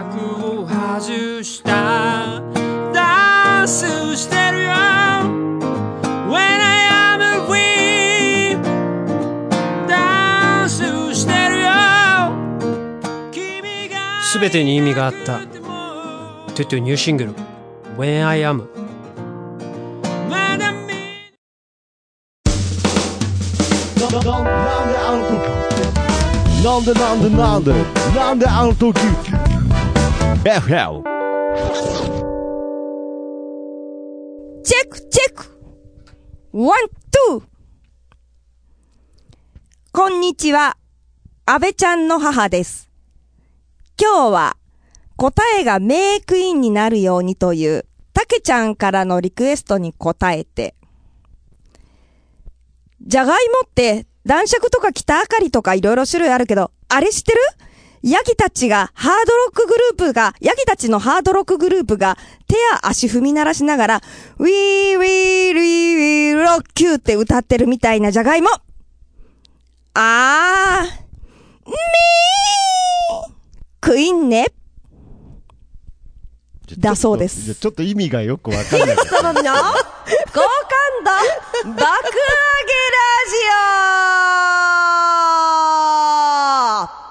幕を外したダンスしてるよ When I am free ダンスしてるよすべてに意味があったトゥトゥニューシングル When I am なんであの時 FL チェックチェックワンツーこんにちは、安倍ちゃんの母です。今日は答えがメイクインになるようにというたけちゃんからのリクエストに答えて、じゃがいもって男爵とか北あかりとかいろいろ種類あるけど、あれ知ってる？ヤギたちのハードロックグループが手や足踏み鳴らしながら We will rock you って歌ってるみたいなじゃがいも。クイーンね。だそうです。 ちょっと意味がよくわかんない。 そのの好感度爆上げラジオ。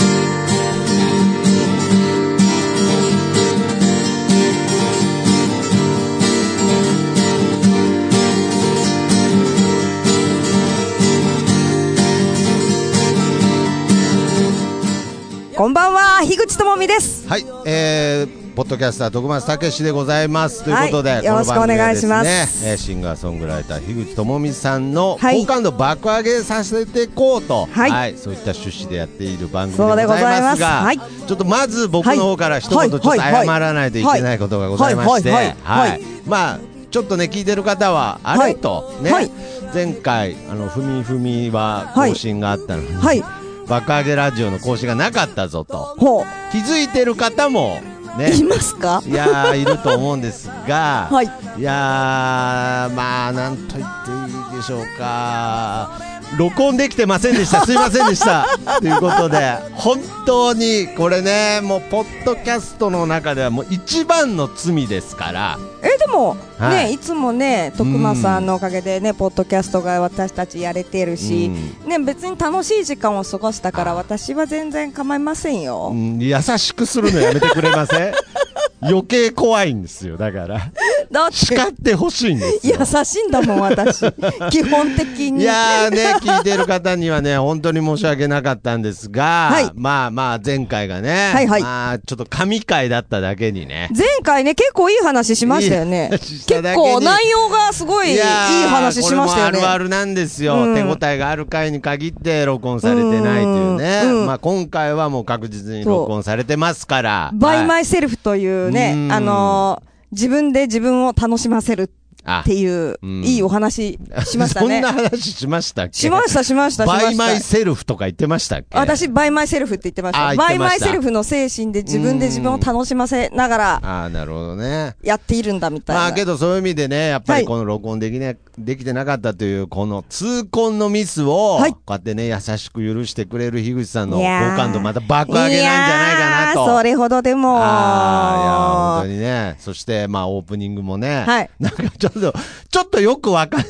こんばんは、樋口智美です。 はい、ポッドキャスター徳松武史でございますということで、 はい、よろしくお願いします。 シンガーソングライター樋口智美さんの好感度爆上げさせていこうと、はいそういった趣旨でやっている番組でございますが、はい、ちょっとまず僕の方から一言ちょっと謝らないといけないことがございまして、まあちょっとね聞いてる方はあれとね、前回ふみふみは更新があったのに、爆上げラジオの更新がなかったぞと気づいてる方もね、 いますか？ いやいると思うんですが、いやまあなんと言っていいでしょうか、録音できてませんでした。すいませんでしたということで、本当にこれね、もうポッドキャストの中ではもう一番の罪ですから。 でもね、いつもね徳間さんのおかげでねポッドキャストが私たちやれてるし、ね、別に楽しい時間を過ごしたから私は全然構いませんよ。 優しくするのやめてくれません？余計怖いんですよ。だから叱ってほしいんですよ。 優しいんだもん私基本的に。 いやね、聞いてる方にはね本当に申し訳なかったんですが、まあ前回がね、まあちょっと神回だっただけにね、 前回ね結構いい話しましたよね。結構内容がすごいいい話しましたよね。 これもあるあるなんですよ、手応えがある回に限って録音されてないというね、まあ今回はもう確実に録音されてますから、 バイマイセルフというね、自分で自分を楽しませるっていういいお話しましたね。 そんな話しましたっけ？しましたバイマイセルフとか言ってましたっけ？ 私バイマイセルフって言ってました。バイマイセルフの精神で自分で自分を楽しませながらなるほどね、 やっているんだみたいな。 まあけどそういう意味でね、やっぱりこの録音できてなかったというこの痛恨のミスをこうやってね優しく許してくれる樋口さんの好感度また爆上げなんじゃないかなと。 それほどでもいや本当にね。そしてまあオープニングもね、なんかちょっとよくわかんない。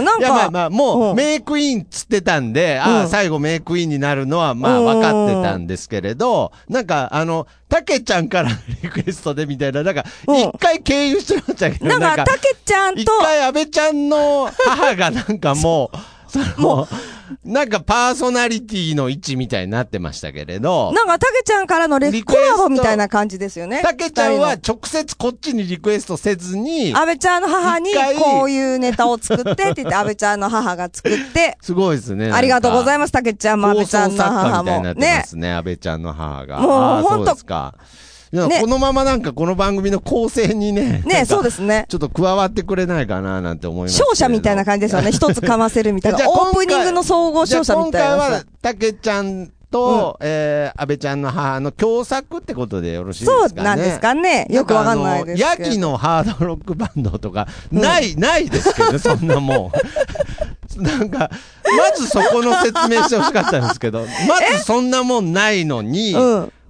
なんかまあもうメイクインつってたんで、最後メイクインになるのはまあ分かってたんですけれど、なんかたけちゃんからリクエストでみたいな、なんか一回経由してましたけど、 なんかたけちゃんと一回安倍ちゃんの母がなんかもうなんかパーソナリティの位置みたいになってましたけれど、 なんかたけちゃんからのコラボみたいな感じですよね。 たけちゃんは直接こっちにリクエストせずに、 安倍ちゃんの母にこういうネタを作ってって言って安倍ちゃんの母が作ってすごいですね。 ありがとうございます。たけちゃんも安倍ちゃんの母もね、安倍ちゃんの母がもう本当このままなんかこの番組の構成にね、 そうですね、 ちょっと加わってくれないかななんて思います。 勝者みたいな感じですよね。一つかませるみたいな。オープニングの総合勝者みたいな。 今回はたけちゃんと安倍ちゃんの母の共作ってことでよろしいですかね。 そうなんですかね。よくわかんないですけど。 ヤギのハードロックバンドとかないですけど、そんなもん。なんかまずそこの説明してほしかったんですけど、まずそんなもんないのに。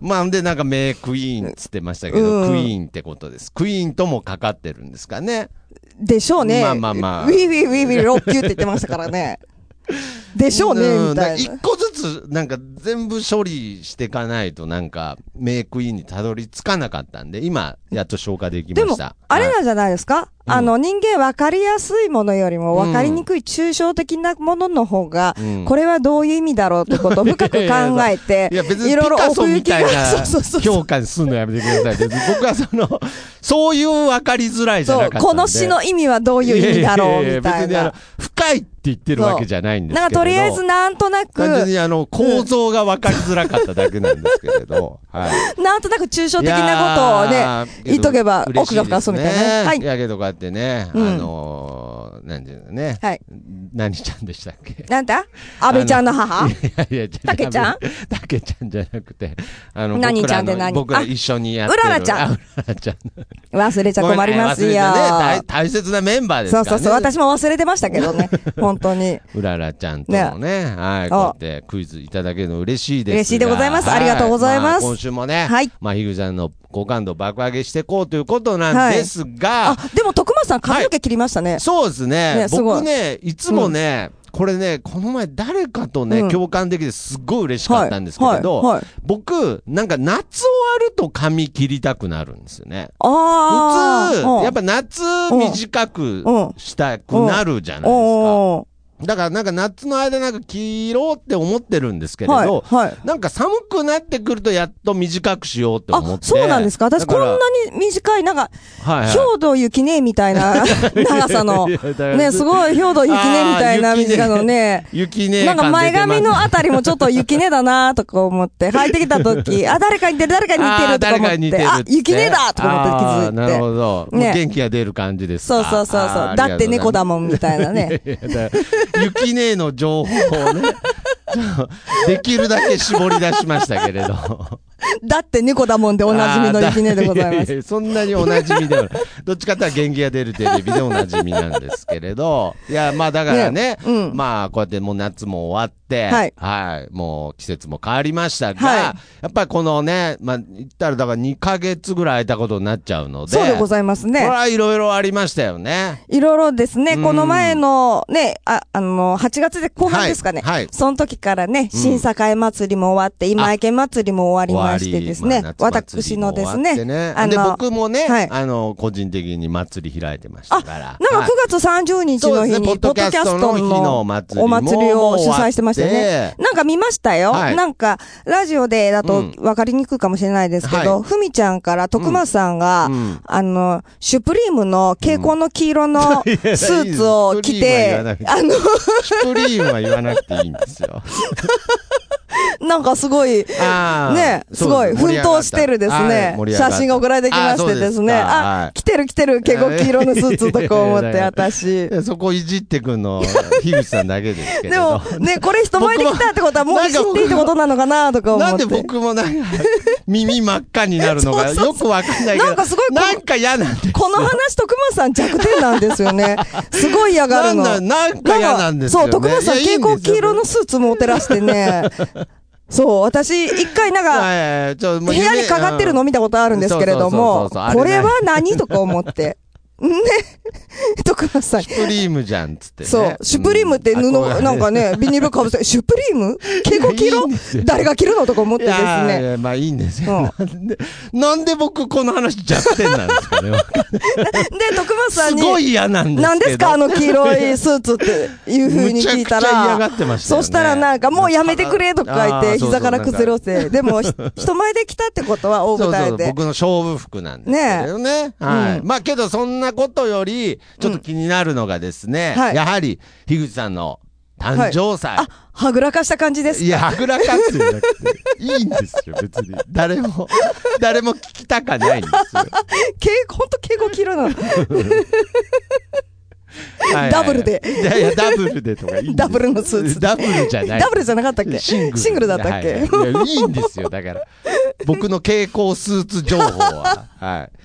まあ、で、なんか名クイーンっつってましたけど、クイーンってことです。クイーンともかかってるんですかね。 でしょうね。 まあまあまあ。 ウィーウィーウィーウィー6級って言ってましたからね。でしょうね、みたいな。 一個ずつ、なんか全部処理していかないと、なんか、メイクインにたどり着かなかったんで、今、やっと消化できました。 でも、あれなんじゃないですか、人間分かりやすいものよりも分かりにくい抽象的なものの方が、これはどういう意味だろうってことを深く考えて、 いや別にピカソみたいな評価するのやめてください。僕はそういう分かりづらいじゃなかったんで。 この詩の意味はどういう意味だろうみたいな。 深いって言ってるわけじゃないんですけど。 なんかとりあえずなんとなく。 単純に構造が分かりづらかっただけなんですけれど。はい。 なんとなく抽象的なことをね、言っとけば奥が深そうみたいなね。 はい。いやけどこうやってね、なんていうのね。はい。何ちゃんでしたっけ？ なんだ？安倍ちゃんの母？ いや、 たけちゃん？ たけちゃんじゃなくて、 何ちゃんで何？ 僕ら一緒にやってる。 うららちゃん。 うららちゃん。 忘れちゃ困りますよ。 大切なメンバーですからね。 そう。私も忘れてましたけどね。本当に。 うららちゃんとのね、はい、こうやってクイズいただけるの嬉しいです。 嬉しいでございます。ありがとうございます。 今週もね、まあ、ひぐちゃんの好感度爆上げしていこうということなんですが。 でも徳松さん髪の毛切りましたね。 そうですね。僕ね、いつもね、これね、この前誰かとね、共感できてすっごい嬉しかったんですけれど、僕、なんか夏終わると髪切りたくなるんですよね。普通、やっぱ夏短くしたくなるじゃないですか。だからなんか夏の間なんか切ろうって思ってるんですけれど、なんか寒くなってくるとやっと短くしようって思って。 そうなんですか？私こんなに短い、なんか、兵道雪ねみたいな長さの、ね、すごい兵道雪ねみたいな短いのね。 雪ね。 なんか前髪のあたりもちょっと雪ねだなとか思って、履いてきたとき、誰かに似てるとか思って、雪ねだとか思って気づいて。 なるほど。元気が出る感じですか？ そう。だって猫だもんみたいなね。 雪ねの情報をね、できるだけ絞り出しましたけれど。 だって猫だもんでおなじみの雪ねでございます。 そんなにおなじみではない。どっちかというと元気が出るテレビでおなじみなんですけれど。いや、まあだからね、まあこうやってもう夏も終わって、はい、もう季節も変わりましたが、やっぱりこのね、まあ言ったらだから2ヶ月ぐらい空いたことになっちゃうので。 そうでございますね。 これはいろいろありましたよね。 いろいろですね、この前のね、8月で後半ですかね。その時からね、新栄祭りも終わって、今池祭りも終わりましてですね、私のですね。 で、僕もね、個人的に祭り開いてましたから。 なんか9月30日の日に、ポッドキャストの日のお祭りを主催してましたよね。なんか見ましたよ。なんか、ラジオでだと分かりにくいかもしれないですけど、ふみちゃんから徳松さんが、シュプリームの蛍光の黄色のスーツを着て、 シュプリームは言わなくていいんですよ。 なんかすごい、ね、すごい奮闘してるですね。写真が送られてきましてですね。来てる蛍光黄色のスーツとか思って、私。 そこいじってくんの、樋口さんだけですけど。 でも、ね、これ人前で来たってことはもう知っていいってことなのかなとか思って。 なんで僕もなんか、耳真っ赤になるのがよくわかんないけど。 なんかすごい、 なんか嫌なんですよ。 この話、徳松さん弱点なんですよね。すごい嫌がるの。 なんか嫌なんですよね。 そう、徳松さん蛍光黄色のスーツもてらしてね。そう、私、一回なんか、部屋にかかってるの見たことあるんですけれども、これは何とか思って。ね。徳松さん。 シュプリームじゃん、つってね。 そう。シュプリームって布、なんかね、ビニールかぶせて、シュプリーム蛍光黄色誰が着るのとか思ってですね。 いや、まあいいんですよ。なんで僕この話弱点なんですかね。で、 徳松さんに。 すごい嫌なんですけど。 何ですか黄色いスーツっていう風に聞いたら。 めちゃくちゃ嫌がってましたよね。 そしたらなんかもうやめてくれとか言って、膝から崩れ落ちて。でも、人前で着たってことは大舞台で。 そう僕の勝負服なんですけどね。はい。まあけどそんなことより、ちょっと気になるのがですね、やはり、樋口さんの誕生祭。 はぐらかした感じですか？ いや、はぐらかすんじゃなくて、いいんですよ、別に。誰も聞きたかないんですよ。 ほんと敬語黄色なの。ダブルで。 いや、ダブルでとかいいんです。 ダブルのスーツ。 ダブルじゃない。 ダブルじゃなかったっけ？シングルだったっけ？ いや、いいんですよ、だから。僕の蛍光スーツ情報は。はい。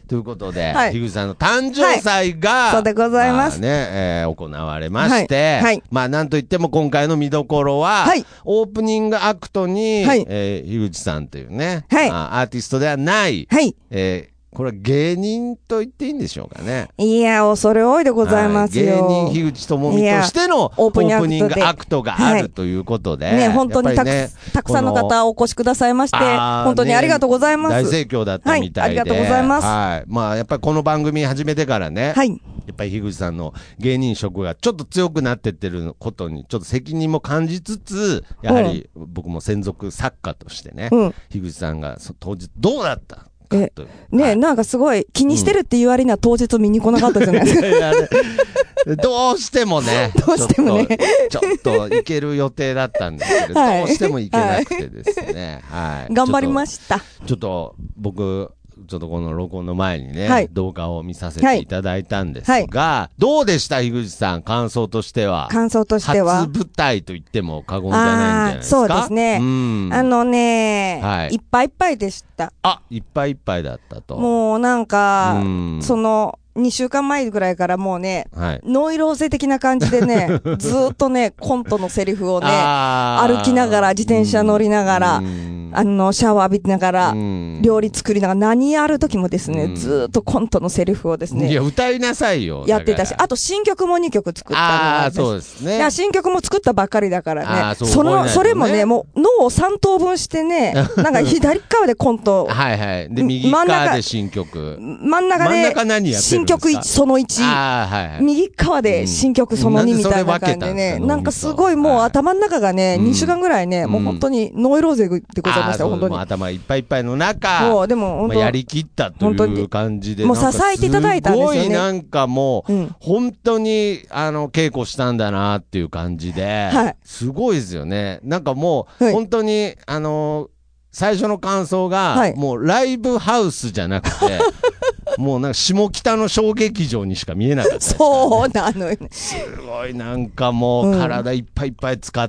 ということで、樋口さんの誕生祭が、 そうでございます。 行われまして、なんといっても今回の見どころは、オープニングアクトに、樋口さんというね、アーティストではない、これは芸人と言っていいんでしょうかね。 いや、恐れ多いでございますよ。 芸人樋口智美としてのオープニングアクトがあるということで。 ね、本当にたくさんの方お越しくださいまして、本当にありがとうございます。 大盛況だったみたいで。 ありがとうございます。 まあ、やっぱりこの番組始めてからね、やっぱり樋口さんの芸人色がちょっと強くなってってることに、ちょっと責任も感じつつ、やはり僕も専属作家としてね、樋口さんが当日どうだったね、なんかすごい気にしてるっていう割には当日見に来なかったじゃないですか。 どうしてもね、ちょっと行ける予定だったんですけど、どうしても行けなくてですね。 頑張りました。 ちょっと僕、ちょっとこの録音の前にね、動画を見させていただいたんですが、どうでした樋口さん、感想としては。初舞台と言っても過言じゃないんじゃないですか。 そうですね。いっぱいいっぱいでした。 いっぱいいっぱいだったと。 もうなんか、2週間前ぐらいからもうね、ノイローゼ的な感じでね、ずーっとね、コントのセリフをね、歩きながら、自転車乗りながら、シャワー浴びながら、料理作りながら、何やる時もですね、ずーっとコントのセリフをですね。 いや、歌いなさいよ。 やってたし、あと新曲も2曲作ったのそうですね。 いや、新曲も作ったばっかりだからね。それもね、もう脳を3等分してね、なんか左側でコント。 で、右側で新曲。 真ん中で新曲その1。右側で新曲その2みたいな感じでね。なんかすごいもう頭の中がね、2週間ぐらいね、もう本当にノイローゼでございました、本当に。 頭いっぱいいっぱいの中、 でもやりきったという感じで。 もう支えていただいたんですよね。 すごいなんかもう、本当に稽古したんだなっていう感じで、すごいですよね。なんかもう、本当に、最初の感想が、もうライブハウスじゃなくて、もうなんか下北の小劇場にしか見えなかったです、 そうなのよね。 すごいなんかもう体いっぱいいっぱい使って、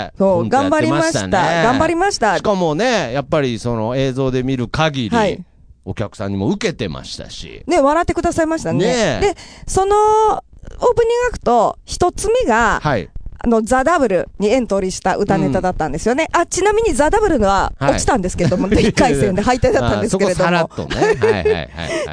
頑張りました。頑張りました。 しかもね、やっぱりその映像で見る限り、お客さんにも受けてましたし。 ね、笑ってくださいましたね。で、そのオープニングアクト一つ目が、ザ・ダブルにエントリーした歌ネタだったんですよね。ちなみにザ・ダブルは落ちたんですけれども、1回戦で敗退だったんですけれども。 さらっとね。で、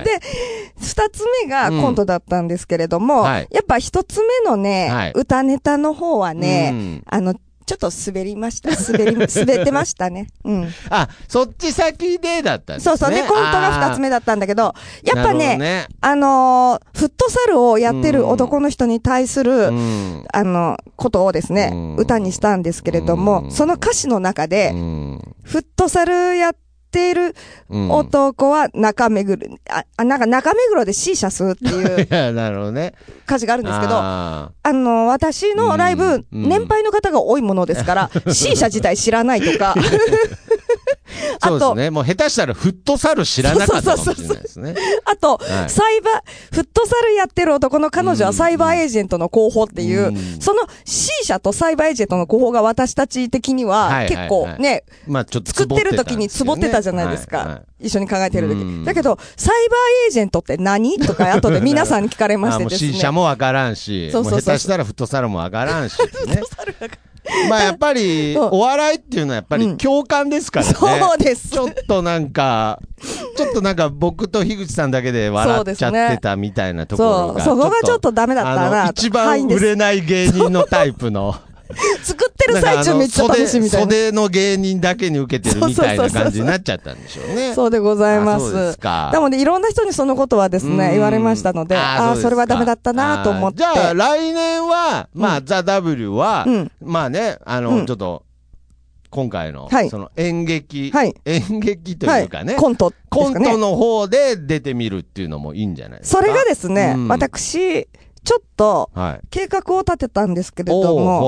2つ目がコントだったんですけれども、やっぱ1つ目のね、歌ネタの方はね、ちょっと滑りました。滑ってましたね。 そっち先でだったんですね。 そう。で、コントが2つ目だったんだけど、やっぱね、フットサルをやってる男の人に対する、ことをですね、歌にしたんですけれども、その歌詞の中で、フットサルやっている男は中目黒、なんか中目黒で C 社吸うっていうなるほどね。 歌詞があるんですけど、私のライブ、年配の方が多いものですから、C 社自体知らないとか、 そうですね。もう下手したらフットサル知らなかったかもしれないですね。 あと、フットサルやってる男の彼女はサイバーエージェントの候補っていう、その C 社とサイバーエージェントの候補が私たち的には結構ね、作ってる時にツボってたじゃないですか。一緒に考えてる時。だけど、サイバーエージェントって何とか後で皆さんに聞かれましてですね。 C 社もわからんし、下手したらフットサルもわからんしね。やっぱり、お笑いっていうのはやっぱり共感ですからね。 そうです。 ちょっとなんか僕と樋口さんだけで笑っちゃってたみたいなところが。 そこがちょっとダメだったな。 一番売れない芸人のタイプの。 作ってる最中めっちゃ楽しみたいな。 袖の芸人だけに受けてるみたいな感じになっちゃったんでしょうね。 そうでございます。 そうですか。 なのでいろんな人にそのことはですね、言われましたので、それはダメだったなと思って。 じゃあ来年は、ザ・ W は、まあね、ちょっと、今回の、その演劇というかね、 コントの方で出てみるっていうのもいいんじゃないですか。 それがですね、私、ちょっと、計画を立てたんですけれども、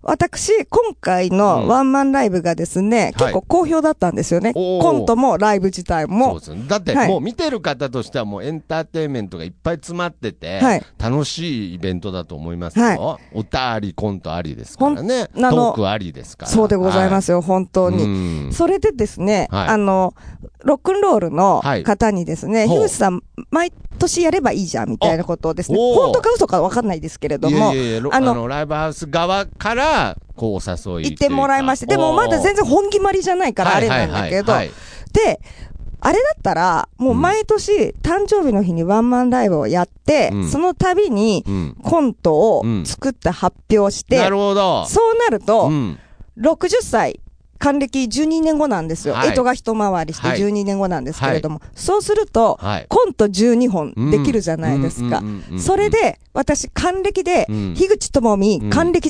私、今回のワンマンライブがですね、結構好評だったんですよね。コントもライブ自体も。 そうですね。だって、もう見てる方としてはもうエンターテインメントがいっぱい詰まってて、楽しいイベントだと思いますよ。歌あり、コントありですからね。トークありですから。 そうでございますよ、本当に。それでですね、ロックンロールの方にですね、樋口さん、毎年やればいいじゃんみたいなことをですね、本当か嘘かわかんないですけれども、 ライブハウス側からこうお誘い行ってもらいまして、でもまだ全然本決まりじゃないからあれなんだけど、で、あれだったら、もう毎年誕生日の日にワンマンライブをやって、その度にコントを作って発表して、 なるほど。 そうなると、60歳、還暦12年後なんですよ。干支が一回りして12年後なんですけれども。そうすると、コント12本できるじゃないですか。それで、私、還暦で、樋口智美、還暦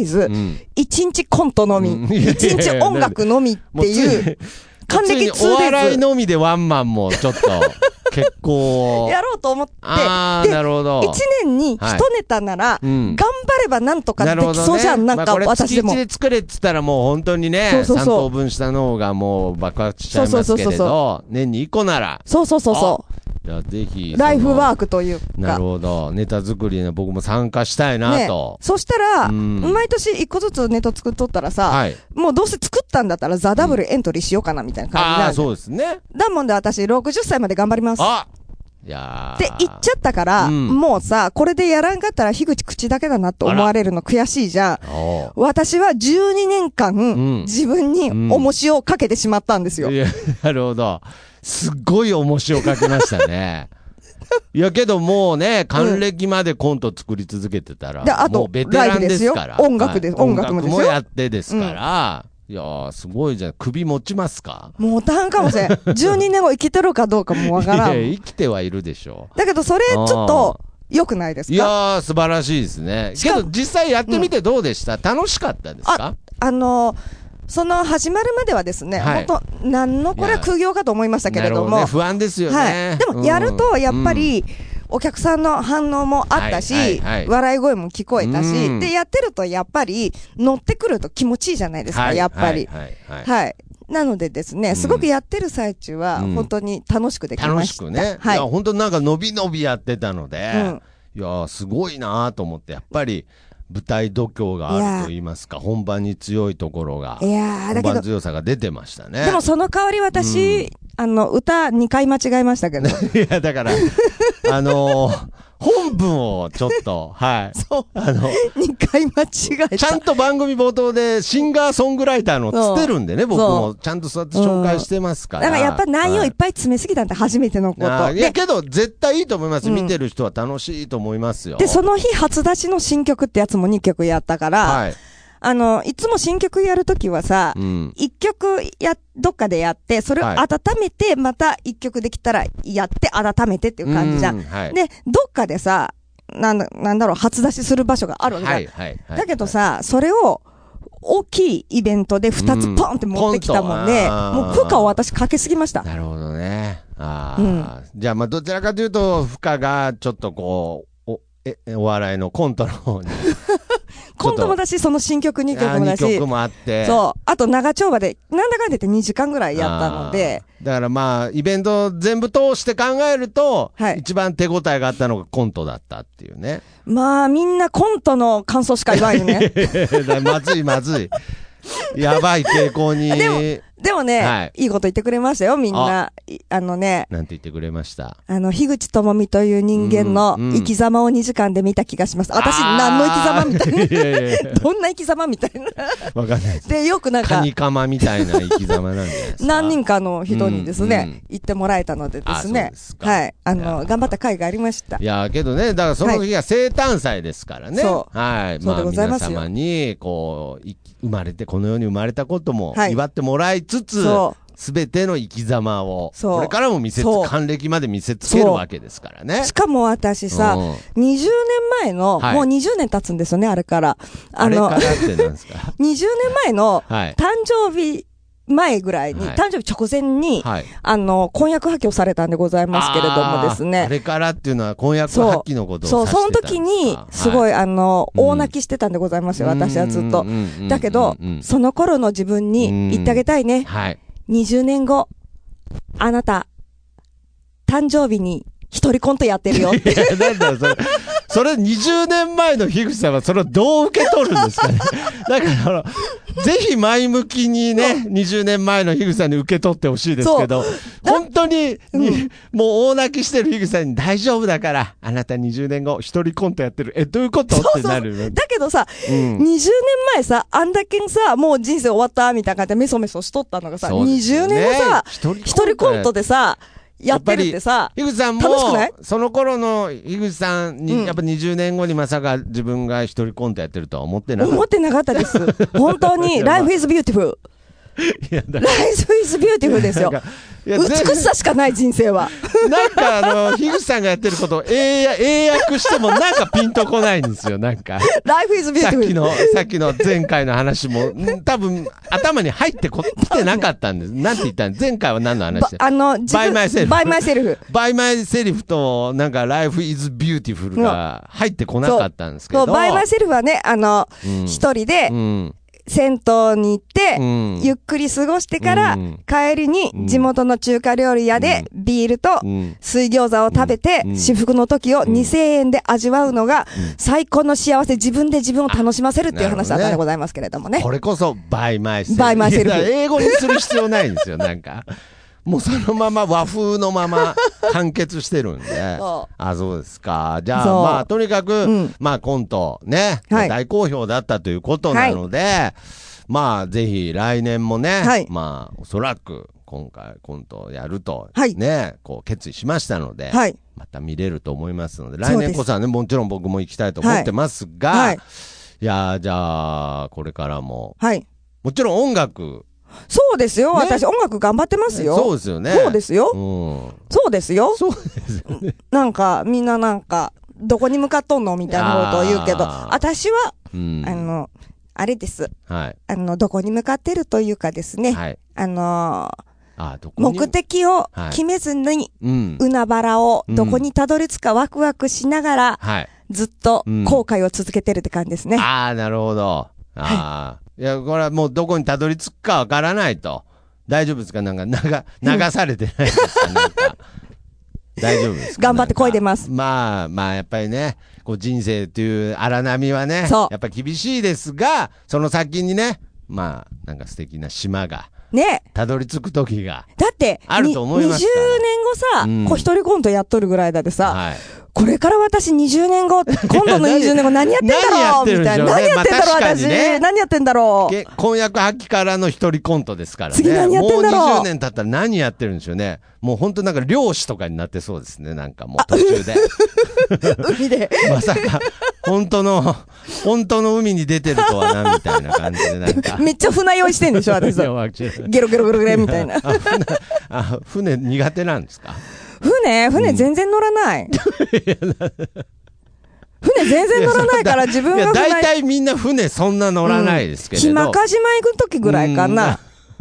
2days、1日コントのみ、1日音楽のみっていう、還暦 2days。 お笑いのみでワンマンもちょっと、結構。 やろうと思って、 なるほど。 1年に1ネタなら、頑張ればなんとかできそうじゃん、なんか私でも。 月1で作れって言ったらもう本当にね、3等分した脳がもう爆発しちゃいますけれど、年に1個なら。 そう。 じゃあぜひ。 ライフワークというか。 なるほど。ネタ作りに僕も参加したいなと。 そしたら、毎年1個ずつネタ作っとったらさ、もうどうせ作ったんだったらザ・ダブルエントリーしようかなみたいな感じになる。 そうですね。 だもんで私60歳まで頑張ります。 いやって言っちゃったから、もうさ、これでやらんかったら樋口口だけだなと思われるの悔しいじゃん。私は12年間、自分に重しをかけてしまったんですよ。 なるほど。すっごい重しをかけましたね。いやけどもうね、還暦までコント作り続けてたら、もうベテランですから。 音楽です。音楽もですよ。 もやってですから、いやー、すごいじゃん。首持ちますか？ 持たんかもしれん。12年後生きてるかどうかもわからん。 生きてはいるでしょう。 だけどそれちょっと良くないですか？ いやー、素晴らしいですね。けど実際やってみてどうでした？楽しかったですか？ その始まるまではですね、本当何のこれは苦行かと思いましたけれども。 不安ですよね。 でもやるとやっぱり、お客さんの反応もあったし、笑い声も聞こえたし、で、やってるとやっぱり乗ってくると気持ちいいじゃないですか、やっぱり。はい。なのでですね、すごくやってる最中は本当に楽しくできました。 楽しくね。はい。本当なんか伸び伸びやってたので、いやすごいなと思って、やっぱり、舞台度胸があると言いますか、本番に強いところが、本番強さが出てましたね。 でもその代わり私、歌2回間違えましたけど。 いや、だから、本文をちょっと、はい。 そう。2回間違えた。 ちゃんと番組冒頭でシンガーソングライターのつってるんでね、僕もちゃんとそうやって紹介してますから。 だからやっぱ内容いっぱい詰めすぎたんで、初めてのこと。 いやけど絶対いいと思います。見てる人は楽しいと思いますよ。 で、その日初出しの新曲ってやつも2曲やったから、いつも新曲やるときはさ、1曲どっかでやって、それを温めて、また1曲できたらやって温めてっていう感じじゃん。で、どっかでさ、なんだろう、初出しする場所があるわけじゃん。だけどさ、それを、大きいイベントで2つポンって持ってきたもんで、もう負荷を私かけすぎました。 なるほどね。じゃあまあどちらかというと、負荷がちょっとこう、お笑いのコントの方に。 コントもだし、その新曲2曲もだし。 2曲もあって。 そう。あと長丁場で、なんだかんだ言って2時間ぐらいやったので。 だからまあ、イベント全部通して考えると、一番手応えがあったのがコントだったっていうね。 まあ、みんなコントの感想しか言わんよね。 まずいまずい。やばい傾向に。 でもね、いいこと言ってくれましたよ、みんな。なんて言ってくれました。 樋口智美という人間の生き様を2時間で見た気がします。私、何の生き様みたいな。どんな生き様みたいな。 わかんないです。 で、よくなんか。 カニカマみたいな生き様なんじゃないですか。 何人かの人にですね、言ってもらえたのでですね。はい。頑張った回がありました。 いや、けどね、だからその日が生誕祭ですからね。 そう。 はい。まあ、皆様に、こう、この世に生まれたことも祝ってもらいつつ、すべての生き様を、これからも還暦まで見せつけるわけですからね。 しかも私さ、20年前の、もう20年経つんですよね、あれから。 あれからってなんですか？ 20年前の誕生日前ぐらいに、誕生日直前に、婚約破棄をされたんでございますけれどもですね。 あれからっていうのは婚約破棄のことを指してたんですか？ そう、その時に、すごい、大泣きしてたんでございますよ、私はずっと。だけど、その頃の自分に言ってあげたいね。20年後、あなた、誕生日に一人コントやってるよって。 なんだそれ20年前の樋口さんはそれをどう受け取るんですかね。だからぜひ前向きにね、20年前の樋口さんに受け取ってほしいですけど、本当に、もう大泣きしてる樋口さんに大丈夫だから、あなた20年後一人コントやってる。どういうことってなる。 だけどさ、20年前さ、あんだけさ、もう人生終わったみたいな感じでメソメソしとったのがさ、20年後さ、一人コントでさ、やってるってさ、 樋口さんもその頃の樋口さんにやっぱ20年後にまさか自分が一人コントやってるとは思ってなかったです。 本当にLife is beautiful。Life is beautiful ですよ。美しさしかない人生は。 なんか樋口さんがやってることを英訳してもなんかピンとこないんですよ。なんか Life is beautiful。 さっきの前回の話も多分頭に入ってきてなかったんです。なんて言ったんです？前回は何の話で？By myself。By myself となんか Life is beautiful が入ってこなかったんですけど。 By myself はね、一人で、銭湯に行って、ゆっくり過ごしてから、帰りに地元の中華料理屋でビールと水餃子を食べて、至福の時を2000円で味わうのが最高の幸せ、自分で自分を楽しませるっていう話だったんでございますけれどもね。 これこそバイマイセルフ。 バイマイセルフ。 英語にする必要ないんですよ、なんか。もうそのまま和風のまま完結してるんで。そうですか。じゃあ、まあ、とにかく、まあ、コントね、大好評だったということなので、まあ、ぜひ来年もね、まあ、おそらく今回コントをやると、ね、こう決意しましたので、また見れると思いますので、来年こそはね、もちろん僕も行きたいと思ってますが、いや、じゃあ、これからも、もちろん音楽、 そうですよ、私音楽頑張ってますよ。 そうですよね。 そうですよ。そうですよ。 そうですよね。 なんか、みんななんか、どこに向かっとんのみたいなことを言うけど、私は、あれです。どこに向かってるというかですね、目的を決めずに、海原をどこにたどり着くかワクワクしながら、ずっと後悔を続けてるって感じですね。 なるほど。いや、これはもうどこにたどり着くかわからないと。大丈夫ですか？なんか流されてないですか？なんか大丈夫ですか？ 頑張って漕いでます。 まあ、やっぱりね、こう人生という荒波はね、やっぱり厳しいですが、その先にね、まあ、なんか素敵な島が、たどり着く時が、 だって、 あると思いますから。 20年後さ、一人コントやっとるぐらいだってさ、これから私20年後、今度の20年後何やってんだろうみたいな。何やってんだろう私。何やってんだろう。 婚約破棄からの一人コントですからね。 次何やってんだろう。 もう20年経ったら何やってるんでしょうね。もう本当なんか漁師とかになってそうですね。なんかもう途中で。 海で。 まさか、本当の海に出てるとはな、みたいな感じでなんか。 めっちゃ船酔いしてんでしょ、私。ゲロゲロゲロゲロみたいな。 船苦手なんですか？ 船全然乗らない。船全然乗らないから自分が大体みんな船そんな乗らないですけど。 日間島行くときぐらいかな。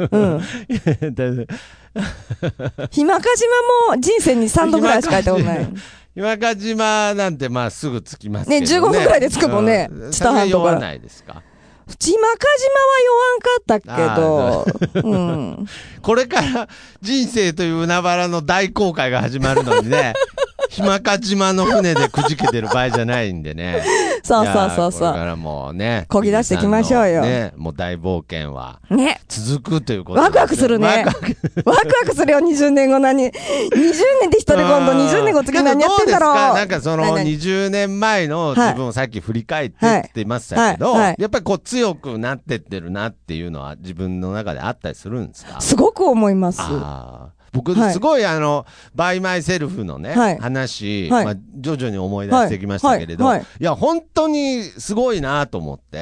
日間島も人生に3度ぐらいしか行ったことない。 日間島なんてまあすぐ着きますけどね。 15分ぐらいで着くもんね。 知多半島から。ないですか？ 日間島は酔わんかったけど、 これから人生という海原の大航海が始まるのにね、日間島の船でくじけてる場合じゃないんでね。 そう。これからもうね、 漕ぎ出していきましょうよ。 ね、もう大冒険は続くということで、ワクワクするね。ワクワクするよ、20年後20年で一人今度20年後次何やってんだろう。 なんかその20年前の自分をさっき振り返ってって言いましたけど、やっぱりこう強くなってってるなっていうのは自分の中であったりするんですか？ すごく思います。 僕、すごいバイマイセルフのね、話、徐々に思い出してきましたけれど、いや、本当にすごいなと思って。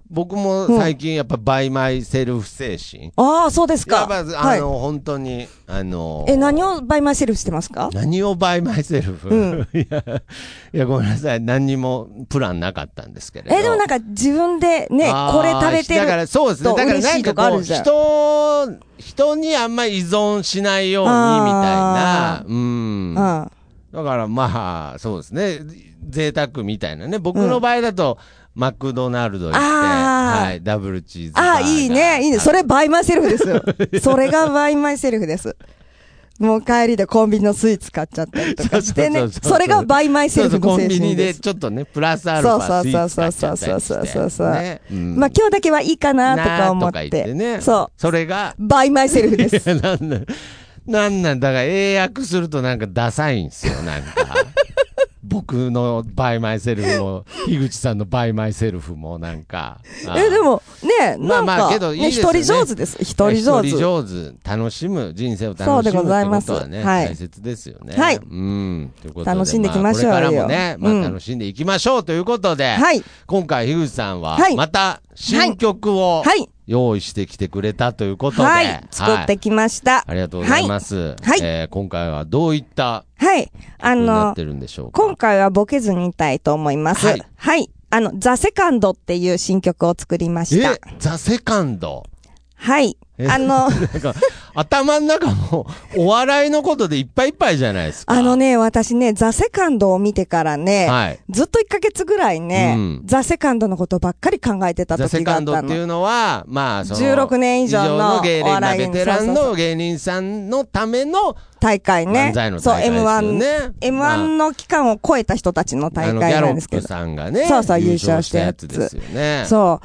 僕も最近やっぱバイマイセルフ精神。 ああ、そうですか。 やっぱ本当に、 何をバイマイセルフしてますか？ 何をバイマイセルフ、いや、ごめんなさい。何にもプランなかったんですけれど。 でもなんか自分でね、これ食べてるだからそうですね。だからなんかこう、人にあんまり依存しないようにみたいな。だからまあ、そうですね。贅沢みたいなね。僕の場合だと、マクドナルド行って、はい、ダブルチーズバーガー。 いいね、いいね。それバイマイセルフですよ。それがバイマイセルフです。もう帰りでコンビニのスイーツ買っちゃったりとかしてね。それがバイマイセルフの精神です。 コンビニでちょっとね、プラスアルファスイーツ買っちゃったりして。 まあ今日だけはいいかなとか思って。 ね、 そう。 それが、 バイマイセルフです。 なんだから英訳するとなんかダサいんですよ、なんか。僕のバイマイセルフも、樋口さんのバイマイセルフもなんか。 でも、ね、なんか、 けどいいですよね。 一人上手です。一人上手。 一人上手。楽しむ。人生を楽しむってことはね、大切ですよね。 はい。 ということで。 楽しんでいきましょうよ。 これからもね、楽しんでいきましょうということで、はい。今回、樋口さんは、また、新曲を、はい。用意してきてくれたということで。はい。 作ってきました。 ありがとうございます。はい。今回はどういったはい。 なってるんでしょうか。 今回はボケずにいたいと思います。はい。はい。ザ・セカンドっていう新曲を作りました。 ザ・セカンド。 はい。 なんか、頭の中も、お笑いのことでいっぱいいっぱいじゃないですか。 私ね、ザ・セカンドを見てからね、はい、ずっと1ヶ月ぐらいね、ザ・セカンドのことばっかり考えてた時があったの。ザ・セカンドっていうのは、まあ、 16年以上のベテランの芸人さんのための大会ね。 漫才の大会ですよね。 そう、M1 の期間を超えた人たちの大会なんですけど。 ギャロップさんがね、 そう、優勝したやつですよね。 そう。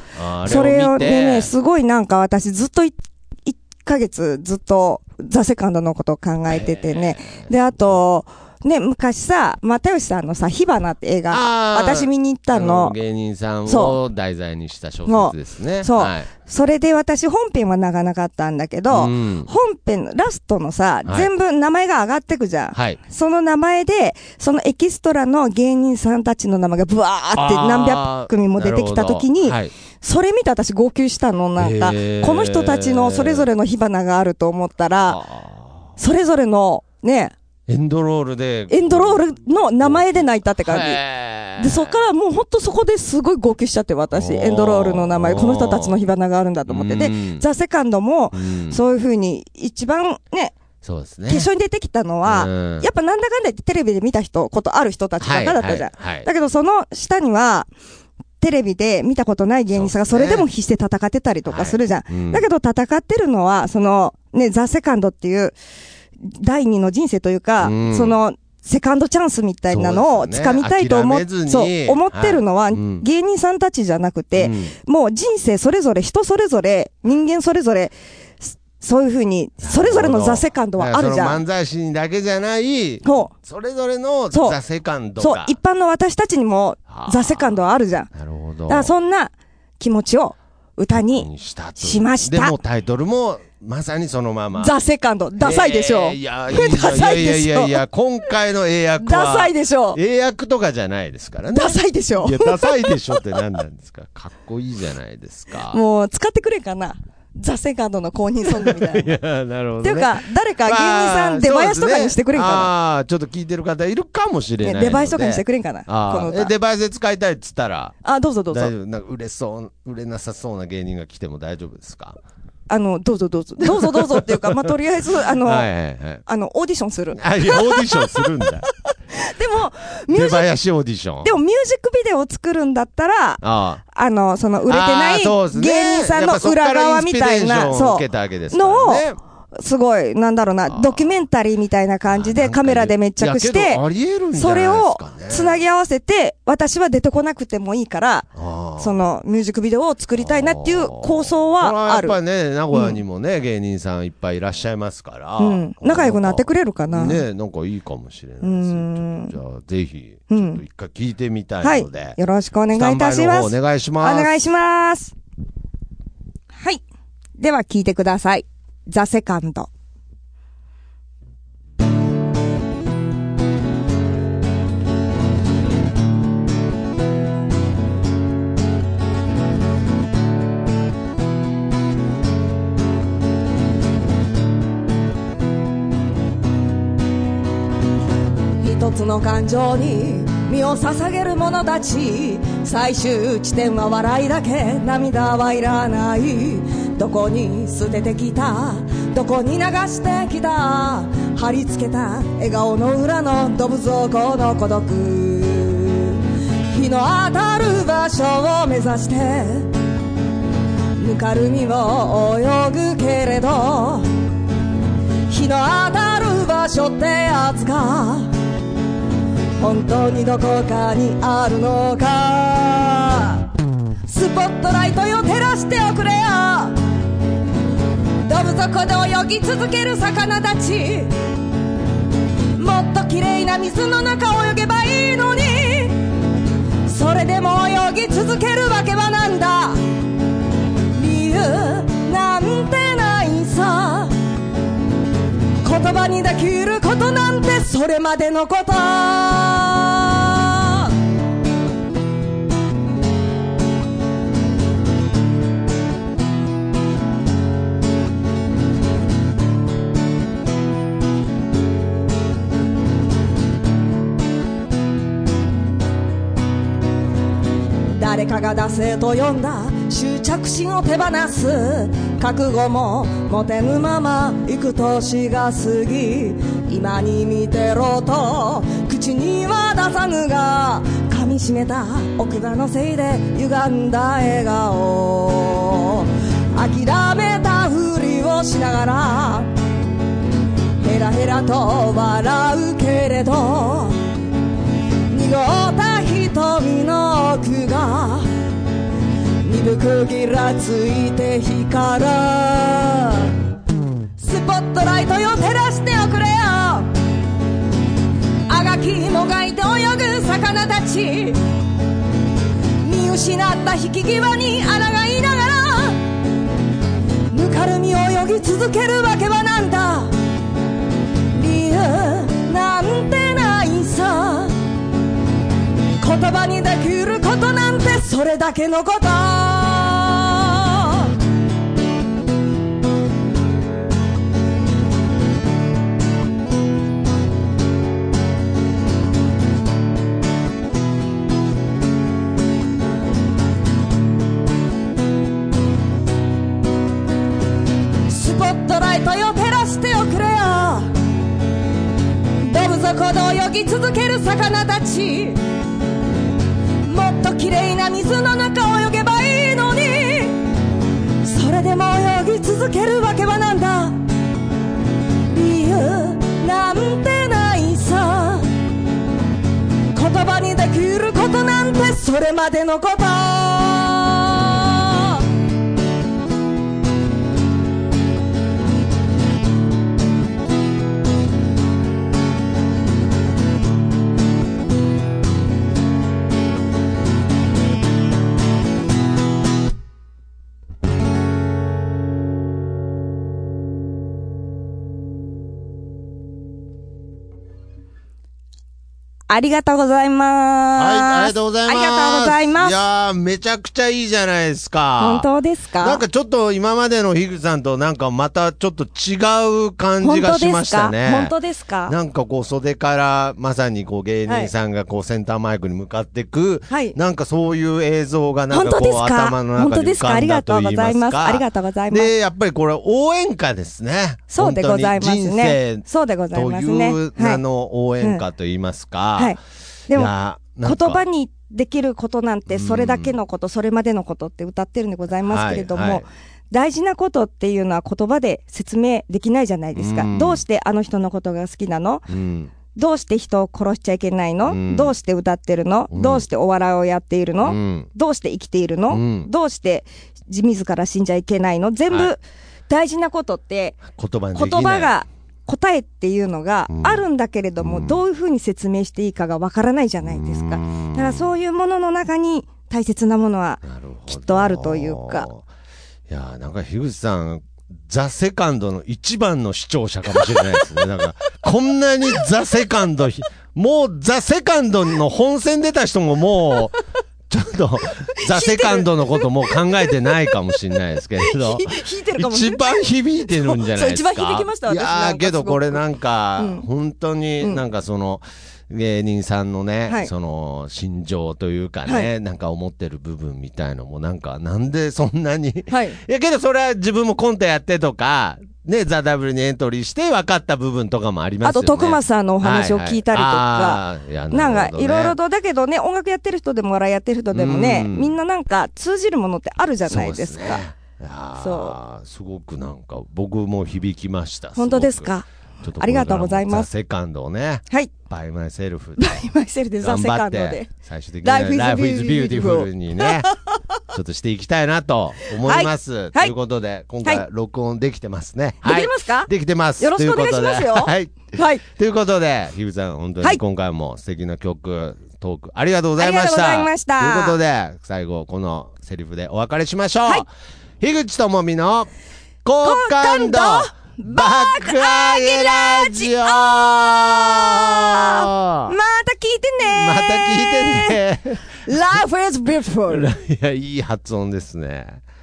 それをね、すごいなんか私ずっと1ヶ月ずっとザ・セカンドのことを考えててね。で、あと、ね、昔さ、又吉さんのさ、火花って映画、私見に行ったの。 芸人さんを題材にした小説ですね。 そう。それで私本編は長なかったんだけど、本編、ラストのさ、全部名前が上がってくじゃん。はい。その名前で、そのエキストラの芸人さんたちの名前がブワーって何百組も出てきたときに、それ見て私号泣したの、なんか、この人たちのそれぞれの火花があると思ったら、それぞれの、ね、 エンドロールの名前で泣いたって感じ。で、そっからもうほんとそこですごい号泣しちゃって私、エンドロールの名前、この人たちの火花があるんだと思って。で、ザ・セカンドも、そういう風に一番ね、 そうですね。 決勝に出てきたのは、やっぱなんだかんだ言ってテレビで見たことある人たちばっかだったじゃん。だけどその下には、テレビで見たことない芸人さんがそれでも必死で戦ってたりとかするじゃん。だけど戦ってるのは、その、ね、ザ・セカンドっていう、第二の人生というか、その、セカンドチャンスみたいなのを掴みたいと思ってるのは、芸人さんたちじゃなくて、もう人生それぞれ、人それぞれ、人間それぞれ、そういうふうに、それぞれのザ・セカンドはあるじゃん。 漫才師にだけじゃない、それぞれのザ・セカンドが。そう、 一般の私たちにもザ・セカンドはあるじゃん。 なるほど。 だからそんな気持ちを歌にしました。 でもタイトルも、まさにそのまま。 ザ・セカンド。ダサいでしょ。 いや、ダサいでしょ。いや、今回の英訳は。 ダサいでしょ。 英訳とかじゃないですからね。 ダサいでしょ。 いや、ダサいでしょって何なんですか。かっこいいじゃないですか。 もう、使ってくれかな。ザ・セカンドの公認ソングみたいな。 いや、なるほど、ね。 っていうか、誰か芸人さん、出囃子とかにしてくれんかな。 ああ、ちょっと聞いてる方いるかもしれないので。 出囃子とかにしてくれんかな。この歌。 出囃子で使いたいっつったら。 どうぞどうぞ。 大丈夫。なんか売れなさそうな芸人が来ても大丈夫ですか？ どうぞどうぞ。どうぞどうぞっていうか、まあ、とりあえず、オーディションする。 いや、オーディションするんだ。 でも、 出囃子オーディション。 でも、ミュージックビデオを作るんだったら、その、売れてない芸人さんの裏側みたいな、そう、のを、すごい、なんだろうな、ドキュメンタリーみたいな感じでカメラで密着して、それをつなぎ合わせて、私は出てこなくてもいいから、そのミュージックビデオを作りたいなっていう構想はある。 やっぱね、名古屋にもね、芸人さんいっぱいいらっしゃいますから。 仲良くなってくれるかな。 ね、なんかいいかもしれないですよ。じゃあ、ぜひ、ちょっと一回聞いてみたいので。はい。 よろしくお願いいたします。 お願いします。 お願いします。はい。では聞いてください。ザ・セカンド。 一つの感情に身を捧げる者たち、最終地点は笑いだけ、涙はいらない。どこに捨ててきた、どこに流してきた、貼り付けた笑顔の裏のドブ底の孤独。日の当たる場所を目指してぬかるみを泳ぐけれど、日の当たる場所ってやつが本当にどこかにあるのか。スポットライトよ照らしておくれよ、ドブ底で泳ぎ続ける魚たち。もっと綺麗な水の中を泳げばいいのに、それでも泳ぎ続けるわけはなんだ。理由なんてないさ、言葉にできることなんてそれまでのこと。誰かが惰性と呼んだ執着心を手放す、覚悟も持てぬまま幾年が過ぎ、今に見てろと口には出さぬが、噛みしめた奥歯のせいで歪んだ笑顔、諦めたふりをしながらヘラヘラと笑うけれど、濁った瞳の奥が鈍くぎらついて光る。スポットライトよ照らしておくれよ、あがきもがいて泳ぐ魚たち。見失った引き際に穴がいながらぬかるみを泳ぎ続けるわけはなんだ。理由なんてないさ、言葉にできることなんてそれだけのこと。スポットライトよ照らしておくれよ、ドブ底で泳ぎ続ける魚たち。もっと綺麗な水の中を泳げばいいのに、それでも泳ぎ続けるわけはなんだ。理由なんてないさ、言葉にできることなんてそれまでのこと。ありがとうございます。 はい、ありがとうございます。 ありがとうございます。 いやー、めちゃくちゃいいじゃないですか。 本当ですか？ なんかちょっと今までの樋口さんとなんかまたちょっと違う感じがしましたね。 本当ですか？ なんかこう袖からまさにこう芸人さんがこうセンターマイクに向かってく、はい、なんかそういう映像がなんかこう頭の中に浮かんだと言いますか。 ありがとうございます。 で、やっぱりこれ応援歌ですね。 そうでございますね。 そうでございますね。という名の応援歌と言いますか。 はい。でも言葉にできることなんてそれだけのこと、それまでのことって歌ってるんでございますけれども、はいはい、大事なことっていうのは言葉で説明できないじゃないですか。どうしてあの人のことが好きなの？どうして人を殺しちゃいけないの？どうして歌ってるの？どうしてお笑いをやっているの？どうして生きているの？どうして自ら死んじゃいけないの？全部大事なことって言葉が答えっていうのがあるんだけれども、どういうふうに説明していいかがわからないじゃないですか。だからそういうものの中に大切なものはきっとあるというか。 いやー、なんか樋口さん、ザ・セカンドの一番の視聴者かもしれないですね。なんか、こんなにザ・セカンド、もうザ・セカンドの本戦出た人ももう、ちょっとザ・セカンドのことも考えてないかもしれないですけれど弾いてるかもしれない。 一番響いてるんじゃないですか。 そう一番響きました私。 いやけどこれなんか、本当になんかその芸人さんのね、その心情というかね、なんか思ってる部分みたいのもなんかなんでそんなに、いやけどそれは自分もコントやってとかね、ザ・ W にエントリーして分かった部分とかもありますよね。あと徳松さんのお話を聞いたりとか、なんかいろいろと、だけどね、音楽やってる人でも笑いやってる人でもね、みんななんか通じるものってあるじゃないですか。 すごくなんか僕も響きました。 本当ですか。ありがとうございます。 ザ・セカンドをね、バイマイセルフバイマイセルフでザ・セカンドで最終的にライフイズビューティフルにねちょっとしていきたいなと思います、ということで今回録音できてますね。 できてますか。 できてます。 よろしくお願いしますよ。 はい、ということでひぶさん本当に今回も素敵な曲トークありがとうございました。ということで最後このセリフでお別れしましょう。樋口智美の好感度爆上げラジオ。また聞いてね。 また聞いてね。 Life is beautiful. いや、いい発音ですね。